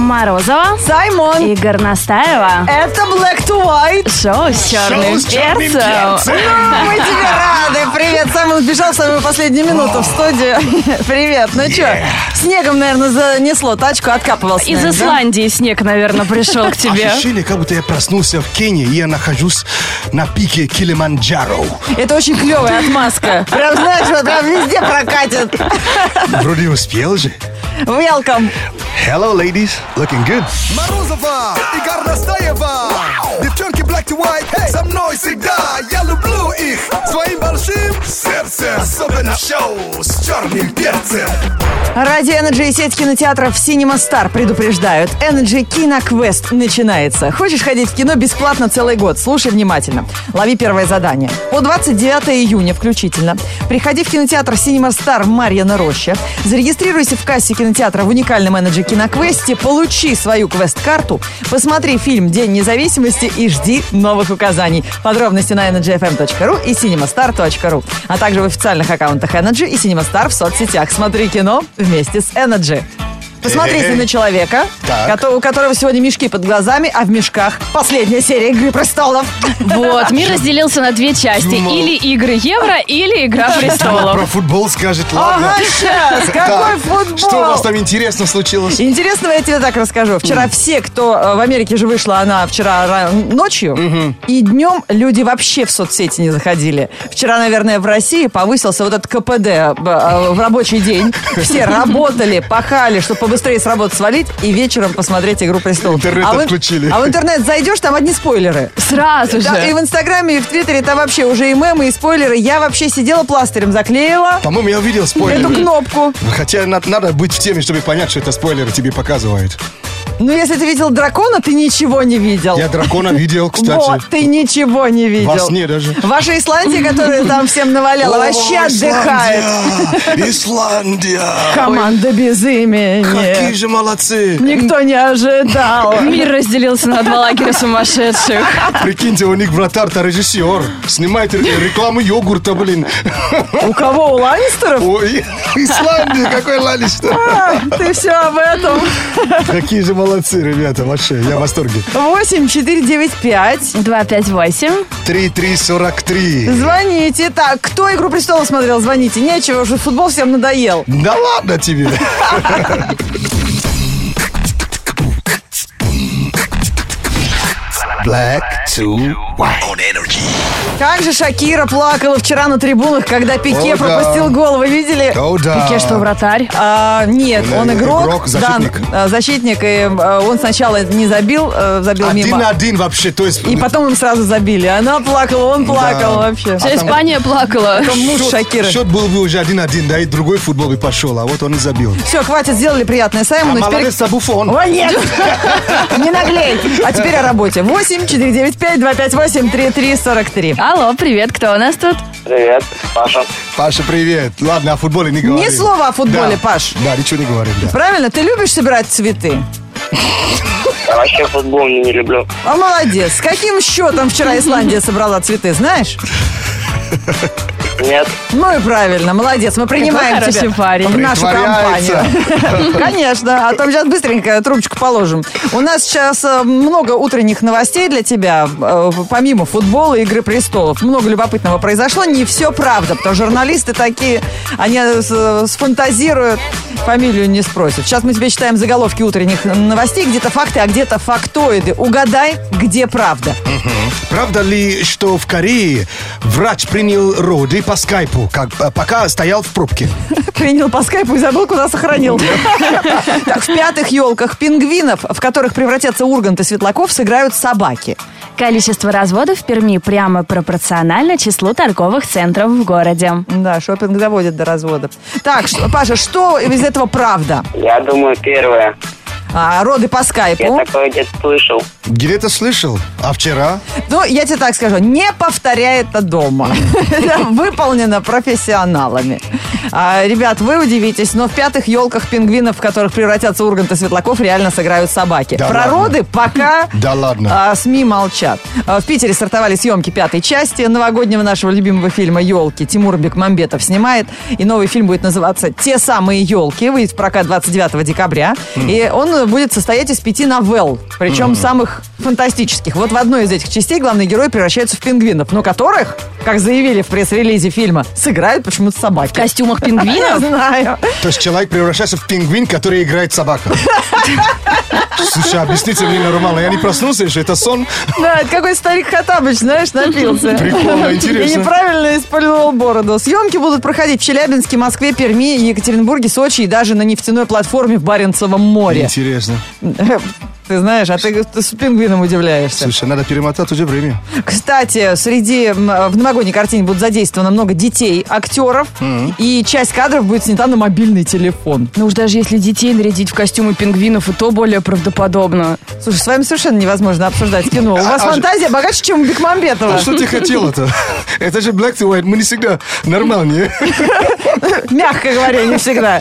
Морозова, Саймон и Горностаева. Это Black to White. Шоу с черным перцем. Мы тебе рады. Привет, Саймон сбежал в самую последнюю минуту в студию. Привет, ну что, снегом, наверное, занесло, тачку откапывался. Из Исландии снег, наверное, пришел к тебе. Ощущение, как будто я проснулся в Кении, и я нахожусь на пике Килиманджаро. Это очень клевая отмазка. Прям, знаешь, вот прям везде прокатит. Вроде успел же. Welcome. Hello, ladies. Looking good. Морозова и Горностаева. Девчонки Black to White, со мной всегда. Я люблю их своим большим сердцем. Особенно шоу с черным перцем. Ради Energy и сеть кинотеатров Cinema Star предупреждают. Energy Киноквест начинается. Хочешь ходить в кино бесплатно целый год? Слушай внимательно. Лови первое задание. По 29 июня включительно. Приходи в кинотеатр Cinema Star Марьина Роща. Зарегистрируйся в кассе кинотеатра в уникальном Energy Киноквесте. Получи свою квест-карту. Посмотри фильм «День независимости» и жди новых указаний. Подробности на energyfm.ru и cinemastar.ru. А также в официальных аккаунтах Energy и Cinema Star в соцсетях. Смотри кино вместе с Energy. Посмотрите на человека, у которого сегодня мешки под глазами, а в мешках последняя серия «Игры престолов». Вот, мир разделился на две части. Или игры Евро, или Игра престолов. Про футбол скажет, ладно. Ага, сейчас, какой футбол? Что у вас там интересно случилось? Интересного я тебе так расскажу. Вчера все, кто в Америке же вышла, она вчера ночью, и днем люди вообще в соцсети не заходили. Вчера, наверное, в России повысился вот этот КПД в рабочий день. Все работали, пахали, чтобы побыстрее с работы свалить и вечером посмотреть «Игру престолов». Интернет отключили. А в интернет зайдешь, там одни спойлеры. Сразу же. И в Инстаграме, и в Твиттере там вообще уже и мемы, и спойлеры. Я вообще сидела пластырем, заклеила По-моему, я увидел спойлеры. эту кнопку. Хотя надо быть в теме, чтобы понять, что это спойлеры тебе показывают. Ну, если ты видел дракона, ты ничего не видел. Я дракона видел, кстати. Вот, ты ничего не видел. Во сне даже. Ваша Исландия, которая там всем наваляла, вообще отдыхает. Исландия! Команда без имени. Какие же молодцы! Никто не ожидал. Мир разделился на два лагеря сумасшедших. Прикиньте, у них вратарь-то режиссер. Снимает рекламу йогурта, блин. У кого? У Ланнистеров? Ой, Исландия, какой Ланнистер. Ты все об этом. Какие же молодцы, ребята, вообще, я в восторге. 8-4-9-5. 258. 3343. Звоните. Так, кто «Игру престолов» смотрел? Звоните. Нечего, уже футбол всем надоел. Да ладно тебе. Black to White. On Energy. Как же Шакира плакала вчера на трибунах, когда Пике пропустил гол. Вы видели? Пике что, вратарь? Нет, он игрок. Защитник. Да, защитник. И он сначала не забил, забил мимо. 1-1 вообще, то есть... И потом им сразу забили. Она плакала, он плакал вообще. Вся Испания плакала. Потом муж Шакиры. Счет был бы уже 1-1, да, и другой футбол бы пошел, а вот он и забил. Все, хватит, сделали приятное Саймону. Молодец, Буфон. Ой, нет, не наглей. А теперь о работе. 8-495-258-3343. Алло, привет, кто у нас тут? Привет, Паша. Паша, привет. Ладно, о футболе не говорим. Ни слова о футболе, Да. Паш. Да, ничего не говорим, да. Правильно? Ты любишь собирать цветы? Я вообще футбол не люблю. А молодец. С каким счетом вчера Исландия собрала цветы, знаешь? Нет. Ну и правильно, молодец. Мы принимаем Какой тебя хороший парень. в нашу Притворяется. компанию. Конечно. А то сейчас быстренько трубочку положим. У нас сейчас много утренних новостей для тебя, помимо футбола и «Игры престолов». Много любопытного произошло. Не все правда, потому что журналисты такие, они сфантазируют, фамилию не спросят. Сейчас мы тебе читаем заголовки утренних новостей. Где-то факты, а где-то фактоиды. Угадай, где правда. Правда ли, что в Корее врач принял роды по скайпу, пока стоял в пробке? Принял по скайпу и забыл, куда сохранил. Так, в пятых елках пингвинов, в которых превратятся Ургант и Светлаков, сыграют собаки. Количество разводов в Перми прямо пропорционально числу торговых центров в городе. Да, шопинг доводит до развода. Так, Паша, что из этого правда? Я думаю, первое. Роды по скайпу. Я такое где-то слышал. Где-то слышал? А вчера? Ну, я тебе так скажу, не повторяй это дома. Выполнено профессионалами. Ребят, вы удивитесь, но в пятых елках пингвинов, в которых превратятся Ургант и Светлаков, реально сыграют собаки. Да Про ладно? роды пока Да ладно. СМИ молчат. В Питере стартовали съемки пятой части новогоднего нашего любимого фильма «Елки». Тимур Бекмамбетов снимает. И новый фильм будет называться «Те самые елки». Выйдет в прокат 29 декабря. И он будет состоять из 5 новелл, причем самых фантастических. Вот в одной из этих частей главный герой превращается в пингвинов, но которых, как заявили в пресс-релизе фильма, сыграют почему-то собаки. В костюмах Я пингвинов? знаю. То есть человек превращается в пингвин, который играет собака. Слушай, объясните мне нормально. Я не проснулся еще, это сон. Да, это какой старик Хаттабыч, знаешь, напился. Прикольно, И интересно. неправильно использовал бороду. Съемки будут проходить в Челябинске, Москве, Перми, Екатеринбурге, Сочи и даже на нефтяной платформе в Баренцевом море. Интересно. Ты знаешь, а ты с пингвином удивляешься. Слушай, надо перемотать уже время. Кстати, в новогодней картине будут задействовано много детей, актеров, и часть кадров будет снята на мобильный телефон. Ну уж даже если детей нарядить в костюмы пингвинов, и то более правдоподобно. Слушай, с вами совершенно невозможно обсуждать кино. У вас фантазия богаче, чем у Бекмамбетова. А что ты хотел-то? Это же Black to White, мы не всегда нормальные. Мягко говоря, не всегда.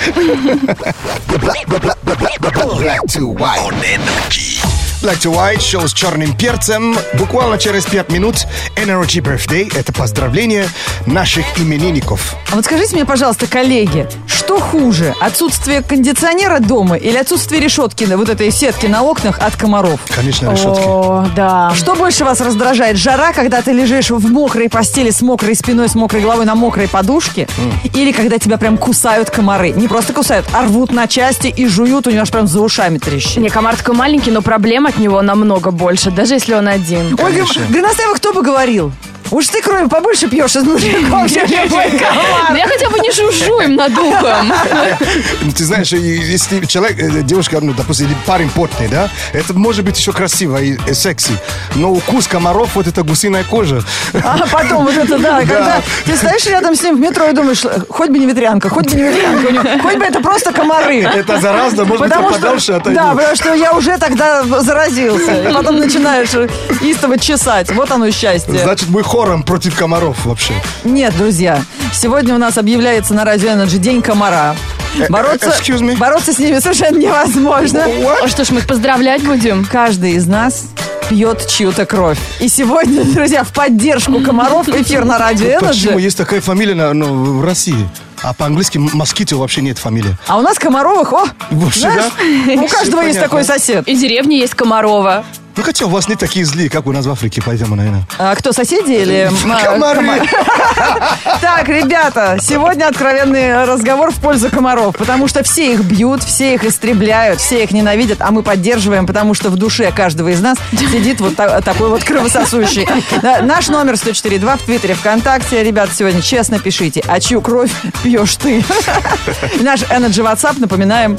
Black to white on Energy. Black to White, шоу с черным перцем. Буквально через 5 минут Energy Birthday. Это поздравление наших именинников. А вот скажите мне, пожалуйста, коллеги, что хуже? Отсутствие кондиционера дома или отсутствие решетки, вот этой сетки на окнах от комаров? Конечно, решетки. О, да. Что больше вас раздражает? Жара, когда ты лежишь в мокрой постели с мокрой спиной, с мокрой головой на мокрой подушке? Или когда тебя прям кусают комары? Не просто кусают, а рвут на части и жуют, у него аж прям за ушами трещит. Не, комар такой маленький, но проблем от него намного больше, даже если он один. Ой, Конечно. Горностаева, кто бы говорил? Уж ты крови побольше пьешь из мужиков, чем любой Ну комар. я хотя бы не жужжу им над ухом. Ты знаешь, если человек, девушка, ну, допустим, или парень потный, да, это может быть еще красиво и секси. Но укус комаров, вот это гусиная кожа. А потом вот это, да, когда ты стоишь рядом с ним в метро и думаешь, хоть бы не ветрянка, хоть бы не ветрянка у него, хоть бы это просто комары. Это заразно, может быть, я подальше отойду. да, потому что я уже тогда заразился. И потом начинаешь истово чесать. Вот оно и счастье. Значит, мы хором против комаров вообще. Нет, друзья, сегодня у нас объявляется на Радио Energy День комара. Excuse me? Бороться с ними совершенно невозможно. А что ж, мы их поздравлять будем? Каждый из нас пьет чью-то кровь. И сегодня, друзья, в поддержку комаров эфир на Радио Почему Energy. есть такая фамилия в России? А по-английски москито вообще нет фамилии. А у нас Комаровых, Вообще, знаешь, да? у каждого Всё есть понятно. такой сосед. И деревни есть Комарова. Ну, хотя у вас не такие злые, как у нас в Африке, поэтому, наверное. А кто, соседи или... Комары! Так, ребята, сегодня откровенный разговор в пользу комаров, потому что все их бьют, все их истребляют, все их ненавидят, а мы поддерживаем, потому что в душе каждого из нас сидит вот такой вот кровососущий. Да, наш номер 104.2 в Твиттере, ВКонтакте. Ребята, сегодня честно пишите, а чью кровь пьешь ты? Наш Energy WhatsApp, напоминаем,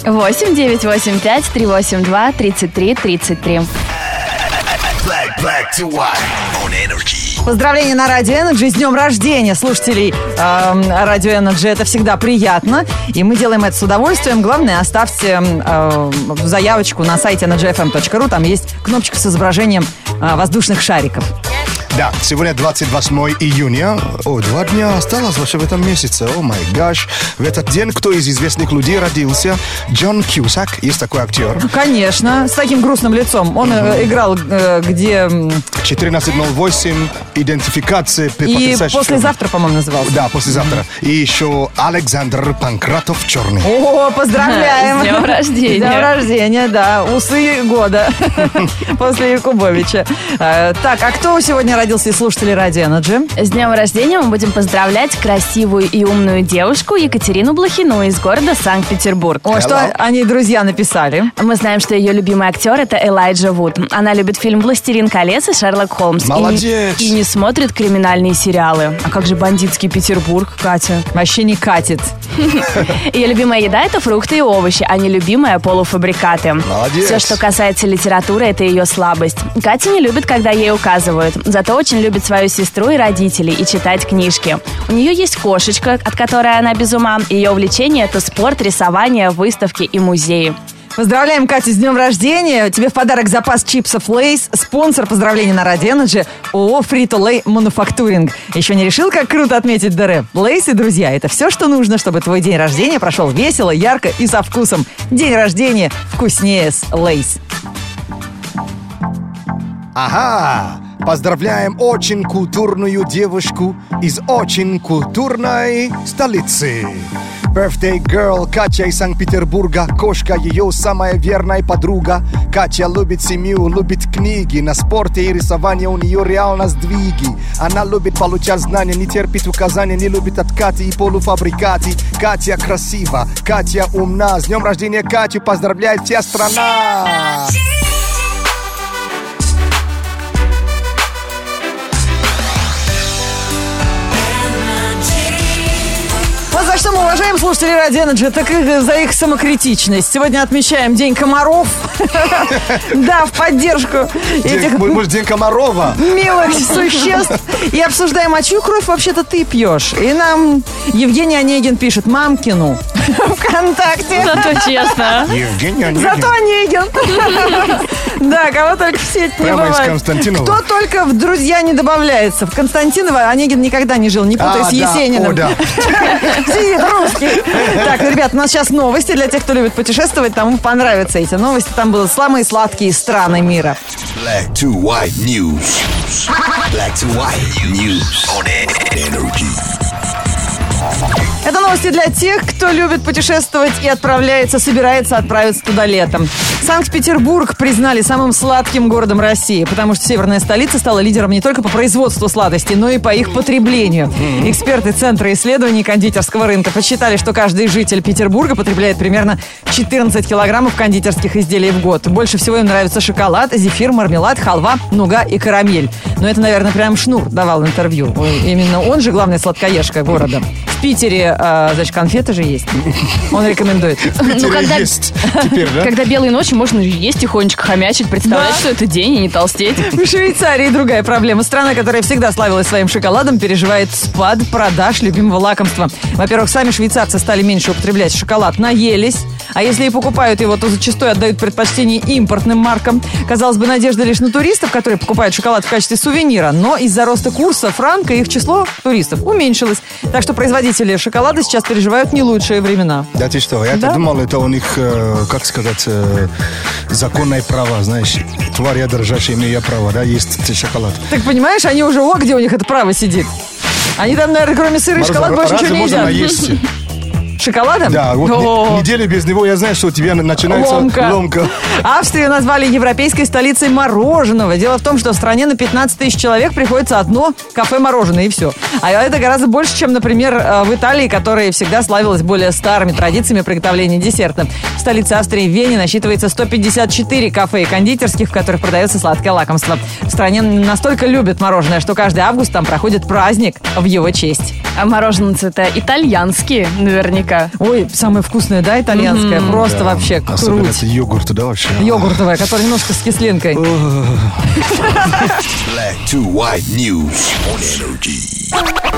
8-985-382-33-33. Black to white on Energy. поздравления на Радио Energy с днем рождения слушателей Радио Energy. Это всегда приятно. И мы делаем это с удовольствием. Главное, оставьте заявочку на сайте energyfm.ru. Там есть кнопочка с изображением воздушных шариков. Да, сегодня 28 июня. 2 дня осталось вообще в этом месяце. О май гаш. В этот день кто из известных людей родился? Джон Кьюсак. Есть такой актер. Конечно, с таким грустным лицом. Он играл где... 14:08. Идентификация. И потрясающий фильм. послезавтра, по-моему, назывался. Да, послезавтра. И еще Александр Панкратов Черный. О, поздравляем! С днем рождения. С днем рождения, да. Усы года после Якубовича. Так, а кто сегодня родился из слушателей Радио Energy? С днем рождения мы будем поздравлять красивую и умную девушку Екатерину Блохину из города Санкт-Петербург. О, что они, друзья, написали? Мы знаем, что ее любимый актер — это Элайджа Вуд. Она любит фильм «Властелин колец» и «Шерлок Холмс». Молодец. И не смотрит криминальные сериалы. А как же «Бандитский Петербург», Катя? Вообще не катит. Ее любимая еда — это фрукты и овощи, а не любимая — полуфабрикаты. Молодец. Все, что касается литературы, это ее слабость. Катя не любит, когда ей указывают. Зато очень любит свою сестру и родителей и читать книжки. У нее есть кошечка, от которой она без ума. Ее увлечение — это спорт, рисование, выставки и музеи. Поздравляем, Катя, с днем рождения. Тебе в подарок запас чипсов Лейс. Спонсор поздравлений на Радио Energy ООО Frito-Lay Manufacturing. Еще не решил, как круто отметить ДР? Лейс и друзья — это все, что нужно, чтобы твой день рождения прошел весело, ярко и со вкусом. День рождения вкуснее с Лейс. Ага! Поздравляем очень культурную девушку из очень культурной столицы. birthday girl. Катя из Санкт-Петербурга, кошка ее самая верная подруга. Катя любит семью, любит книги, на спорте и рисование у нее реально сдвиги. Она любит получать знания, не терпит указания, не любит откаты и полуфабрикаты. Катя красива, Катя умна. С днем рождения Катю поздравляет вся страна. Вот за что мы уважаем слушателей Радио Energy, так и за их самокритичность. Сегодня отмечаем День комаров. Да, в поддержку этих Может, День Комарова? милых существ. И обсуждаем, а чью кровь вообще-то ты пьешь? И нам Евгений Онегин пишет: мамкину. ВКонтакте. Зато честно. Евгений Онегин. Зато Онегин. Да, кого только в сеть не Прямо из бывает. Константинова. Кто только в друзья не добавляется. В Константиново Онегин никогда не жил, не путай с Есениным. О, да. Сидит русский. Так, ребят, у нас сейчас новости. Для тех, кто любит путешествовать, тому понравятся эти новости. Там были самые сладкие страны мира. Black to white news. Black to white news on Energy. Это новости для тех, кто любит путешествовать и собирается отправиться туда летом. Санкт-Петербург признали самым сладким городом России, потому что северная столица стала лидером не только по производству сладостей, но и по их потреблению. Эксперты Центра исследований кондитерского рынка подсчитали, что каждый житель Петербурга потребляет примерно 14 килограммов кондитерских изделий в год. Больше всего им нравится шоколад, зефир, мармелад, халва, нуга и карамель. Но это, наверное, прям Шнур давал интервью. Именно он же главная сладкоежка города. В Питере, значит, конфеты же есть. Он рекомендует. В Питере когда- есть теперь, да? Когда белые ночи, можно есть тихонечко, хомячить, представлять, Да. что это день и не толстеть. В Швейцарии другая проблема. Страна, которая всегда славилась своим шоколадом, переживает спад продаж любимого лакомства. Во-первых, сами швейцарцы стали меньше употреблять шоколад, наелись. А если и покупают его, то зачастую отдают предпочтение импортным маркам. Казалось бы, надежда лишь на туристов, которые покупают шоколад в качестве сувенира. Но из-за роста курса франка их число туристов уменьшилось. Так что производители шоколада сейчас переживают не лучшие времена. Да ты что, я-то Да. думал, это у них, как сказать, законное право, знаешь, тварь я дрожащая, имею право, да, есть шоколад. Так понимаешь, они уже, где у них это право сидит. Они там, наверное, кроме сыра и шоколада больше Разве ничего не можно едят. наесться? Шоколадом? Да, вот О. неделю без него, я знаю, что у тебя начинается ломка. Австрию назвали европейской столицей мороженого. Дело в том, что в стране на 15 тысяч человек приходится одно кафе-мороженое, и все. А это гораздо больше, чем, например, в Италии, которая всегда славилась более старыми традициями приготовления десерта. В столице Австрии, в Вене, насчитывается 154 кафе и кондитерских, в которых продается сладкое лакомство. В стране настолько любят мороженое, что каждый август там проходит праздник в его честь. А мороженое-то итальянские, наверняка. Ой, самое вкусное, да, итальянское? Просто вообще Особенно круть. это йогурт, да, вообще. Йогуртовая, которая немножко с кислинкой. Black to white news on Energy.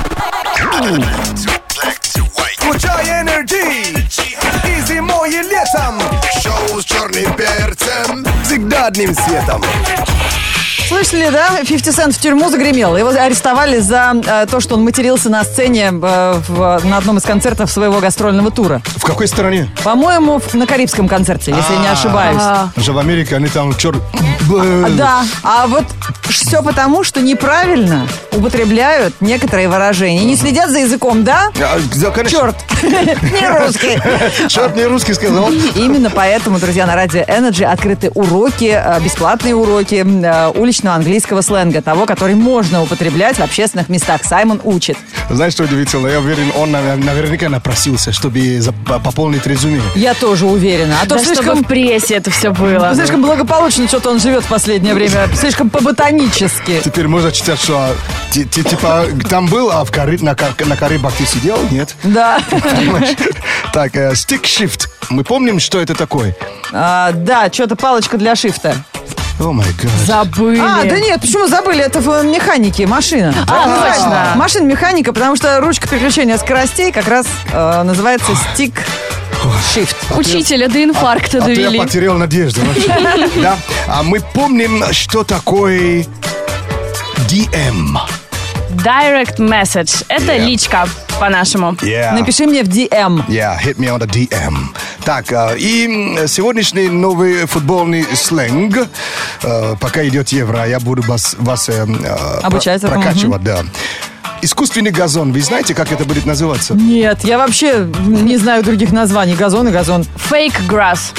Black to white. Включай Energy и зимой, и летом. Шоу с черным перцем. Всегда одним светом. Слышали, да? 50 Cent в тюрьму загремел. Его арестовали за то, что он матерился на сцене на одном из концертов своего гастрольного тура. В какой стране? По-моему, на Карибском концерте, если я не ошибаюсь. Же в Америке они там черт... Да, а вот все потому, что неправильно употребляют некоторые выражения. Не следят за языком, да? Черт, не русский. Черт, не русский сказал. Именно поэтому, друзья, на Радио Energy открыты уроки, бесплатные уроки уличного английского сленга, того, который можно употреблять в общественных местах. Саймон учит. Знаешь, что удивительно? Я уверен, он наверняка напросился, чтобы пополнить резюме. Я тоже уверена. А то Да, чтобы слишком, в прессе это все было. слишком благополучно что-то он живет в последнее время. Слишком по-ботанически. Теперь можно читать, что типа там был, а на Карибах ты сидел? Нет. Да. Так, stick shift. Мы помним, что это такое? Да, что-то палочка для шифта. О май гад. Забыли. Да нет, почему забыли? Это в механике, машина. точно. Машина-механика, потому что ручка переключения скоростей как раз называется stick shift. Учителя до инфаркта А то я довели. потерял надежду. вообще. Да. А мы помним, что такое DM. Direct message. Это Yeah. личка по-нашему. Yeah. Напиши мне в DM. Yeah, hit me on the DM. Так, и сегодняшний новый футбольный сленг, пока идет Евро, я буду вас Обучать этому, прокачивать, да. искусственный газон. Вы знаете, как это будет называться? Нет, я вообще не знаю других названий. Газон и газон. Fake grass.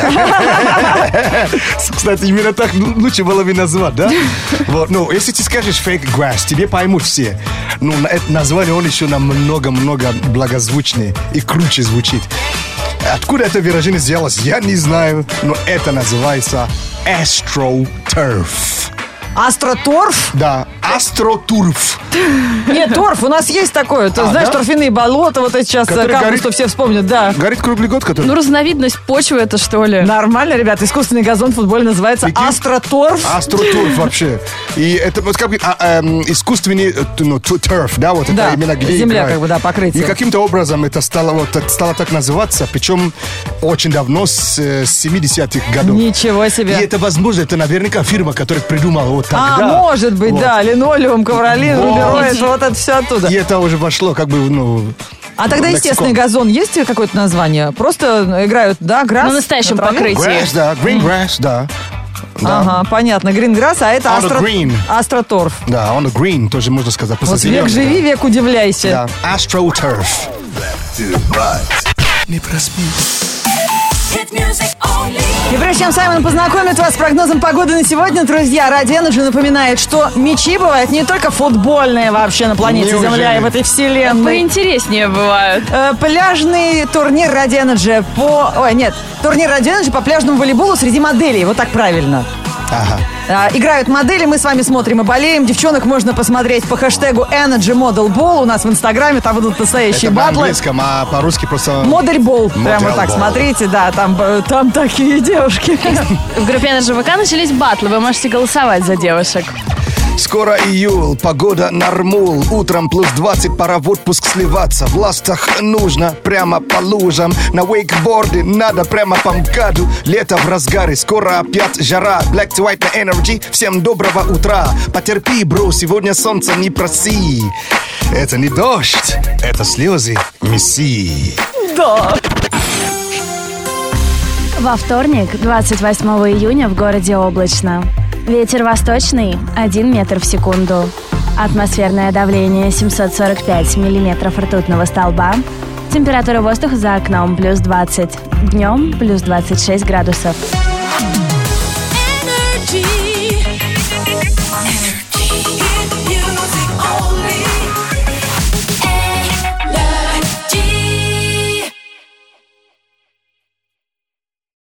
Кстати, именно так лучше было бы назвать, да? Вот, ну, если ты скажешь fake grass, тебе поймут все. Ну, это название, он еще намного-много благозвучнее и круче звучит. Откуда это выражение сделалось, я не знаю, но это называется AstroTurf. Астроторф? Да, AstroTurf. Нет, торф, у нас есть такое. Ты знаешь, да? торфяные болота, вот это сейчас Который капусту горит? все вспомнят, да. Горит круглый год, который... Ну, разновидность почвы это, что ли? Нормально, ребят, искусственный газон в футболе называется Прикинь? астроторф. AstroTurf вообще. И это вот как бы искусственный turf, да, вот Да, это именно где земля играют. как бы, да, покрытие. И каким-то образом это стало так называться, причем очень давно, с 70-х годов. Ничего И себе. это возможно, это наверняка фирма, которая придумала вот А, тогда. может быть, Вот. да, линолеум, ковролин, Вот. рубероид, вот это все оттуда. И это уже вошло как бы, ну... А тогда в естественный лексикон. газон есть какое-то название? Просто играют, да, грасс? На настоящем траве? покрытии. Grass, да, green grass, да. Да. Ага, понятно, гринграсс, а это On the green. астроторф. Да, on the green тоже можно сказать. Вот просто век зелёный, живи, век удивляйся. Да, AstroTurf. Не проспись. И прежде чем Саймон познакомит вас с прогнозом погоды на сегодня, друзья, Радио Energy напоминает, что мячи бывают не только футбольные вообще на планете Неужели? Земля и в этой вселенной. Поинтереснее бывают. Пляжный турнир Радио Energy турнир Радио Energy по пляжному волейболу среди моделей, вот так правильно. Ага. Играют модели, мы с вами смотрим и болеем. Девчонок можно посмотреть по хэштегу Energy Model Ball у нас в Инстаграме, там будут настоящие Это на батлы. английском, а по-русски просто... Модельбол, прямо Model так, ball. смотрите, да, там такие девушки. В группе Energy ВК начались батлы. Вы можете голосовать за девушек. Скоро июль, погода нормул. Утром плюс 20, пора в отпуск сливаться. В ластах нужно прямо по лужам. На вейкборде надо прямо по МКАДу. Лето в разгаре, скоро опять жара. Black to white на Energy, всем доброго утра. Потерпи, бро, сегодня солнце не проси. Это не дождь, это слезы Мессии. Во вторник, 28 июня, в городе облачно. Ветер восточный 1 метр в секунду. Атмосферное давление 745 миллиметров ртутного столба. Температура воздуха за окном плюс 20. Днем плюс 26 градусов.